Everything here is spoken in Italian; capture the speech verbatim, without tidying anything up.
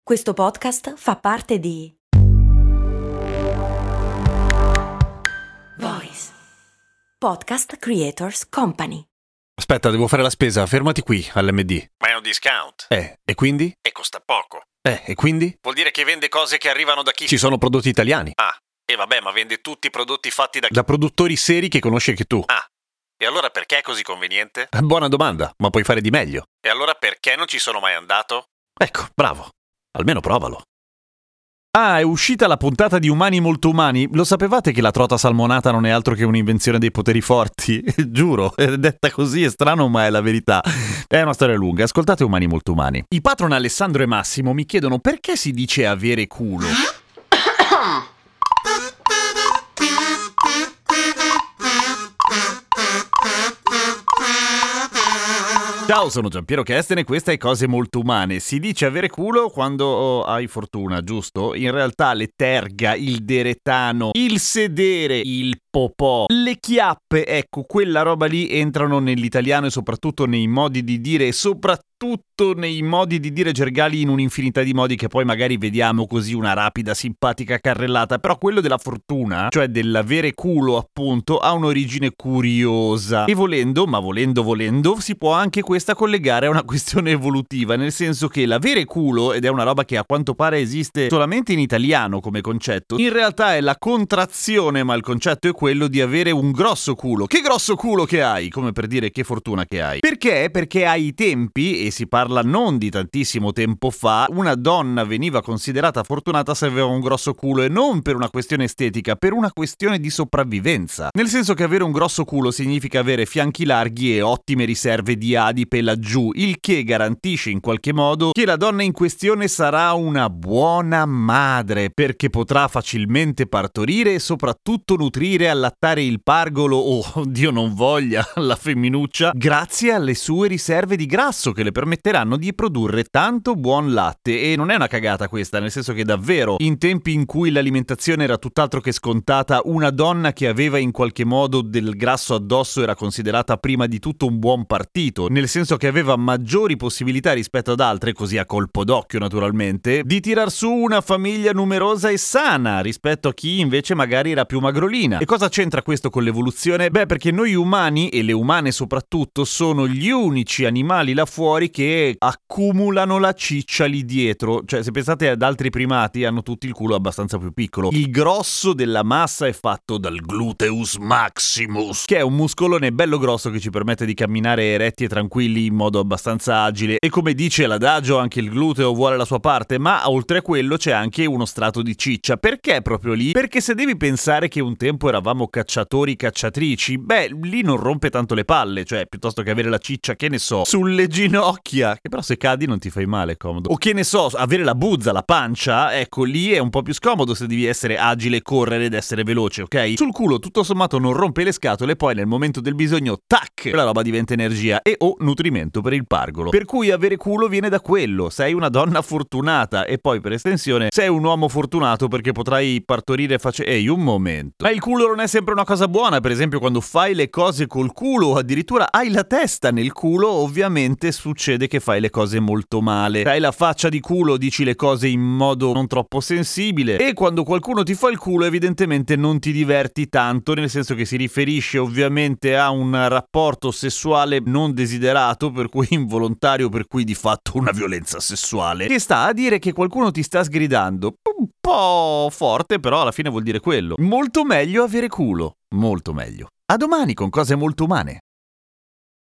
Questo podcast fa parte di Voice Podcast Creators Company. Aspetta, devo fare la spesa, fermati qui all'M D. Ma è un discount. Eh, e quindi? E costa poco. Eh, e quindi? Vuol dire che vende cose che arrivano da chi? Ci sono prodotti italiani. Ah, e vabbè, ma vende tutti i prodotti fatti da chi? Da produttori seri che conosci anche tu. Ah, e allora perché è così conveniente? Buona domanda, ma puoi fare di meglio. E allora perché non ci sono mai andato? Ecco, bravo. Almeno provalo. Ah, è uscita la puntata di Umani molto umani. Lo sapevate che la trota salmonata non è altro che un'invenzione dei poteri forti? Giuro, è detta così, è strano ma è la verità. È una storia lunga, ascoltate Umani molto umani. I patron Alessandro e Massimo mi chiedono perché si dice avere culo. Ciao, sono Giampiero Kesten e questa è Cose Molto Umane. Si dice avere culo quando hai fortuna, giusto? In realtà le terga, il deretano, il sedere, il popò, le chiappe, ecco, quella roba lì entrano nell'italiano e soprattutto nei modi di dire e soprattutto nei modi di dire gergali in un'infinità di modi che poi magari vediamo così una rapida, simpatica carrellata, però quello della fortuna, cioè dell'avere culo appunto, ha un'origine curiosa e volendo, ma volendo volendo, si può anche questa collegare a una questione evolutiva, nel senso che l'avere culo, ed è una roba che a quanto pare esiste solamente in italiano come concetto, in realtà è la contrazione, ma il concetto è quello di avere un grosso culo. Che grosso culo che hai, come per dire che fortuna che hai. Perché? Perché ai tempi, e si parla non di tantissimo tempo fa, una donna veniva considerata fortunata se aveva un grosso culo e non per una questione estetica, per una questione di sopravvivenza. Nel senso che avere un grosso culo significa avere fianchi larghi e ottime riserve di adipe laggiù, il che garantisce in qualche modo che la donna in questione sarà una buona madre, perché potrà facilmente partorire e soprattutto nutrire, allattare il pargolo o, oh, Dio non voglia, la femminuccia, grazie alle sue riserve di grasso che le permetteranno di produrre tanto buon latte. E non è una cagata questa, nel senso che davvero in tempi in cui l'alimentazione era tutt'altro che scontata, una donna che aveva in qualche modo del grasso addosso era considerata prima di tutto un buon partito, nel senso che aveva maggiori possibilità rispetto ad altre, così a colpo d'occhio naturalmente, di tirar su una famiglia numerosa e sana rispetto a chi invece magari era più magrolina. E cosa c'entra questo con l'evoluzione? Beh, perché noi umani, e le umane soprattutto, sono gli unici animali là fuori che accumulano la ciccia lì dietro. Cioè, se pensate ad altri primati, hanno tutti il culo abbastanza più piccolo. Il grosso della massa è fatto dal gluteus maximus, che è un muscolone bello grosso che ci permette di camminare eretti e tranquilli in modo abbastanza agile. E come dice l'adagio, anche il gluteo vuole la sua parte, ma oltre a quello c'è anche uno strato di ciccia. Perché proprio lì? Perché se devi pensare che un tempo eravamo cacciatori cacciatrici, beh, lì non rompe tanto le palle, cioè piuttosto che avere la ciccia, che ne so, sulle ginocchia, che però se cadi non ti fai male, è comodo. O che ne so, avere la buzza, la pancia, ecco, lì è un po' più scomodo se devi essere agile, correre ed essere veloce, ok? Sul culo tutto sommato non rompe le scatole, poi nel momento del bisogno, tac, la roba diventa energia e o nutrimento per il pargolo. Per cui avere culo viene da quello, sei una donna fortunata e poi per estensione sei un uomo fortunato perché potrai partorire face... Ehi, un momento. Ma il culo non è sempre una cosa buona, per esempio quando fai le cose col culo o addirittura hai la testa nel culo, ovviamente succede che fai le cose molto male. Hai la faccia di culo, dici le cose in modo non troppo sensibile e quando qualcuno ti fa il culo evidentemente non ti diverti tanto, nel senso che si riferisce ovviamente a un rapporto sessuale non desiderato, per cui involontario, per cui di fatto una violenza sessuale, che sta a dire che qualcuno ti sta sgridando. Un po' forte, però alla fine vuol dire quello. Molto meglio avere culo, molto meglio. A domani con Cose Molto Umane.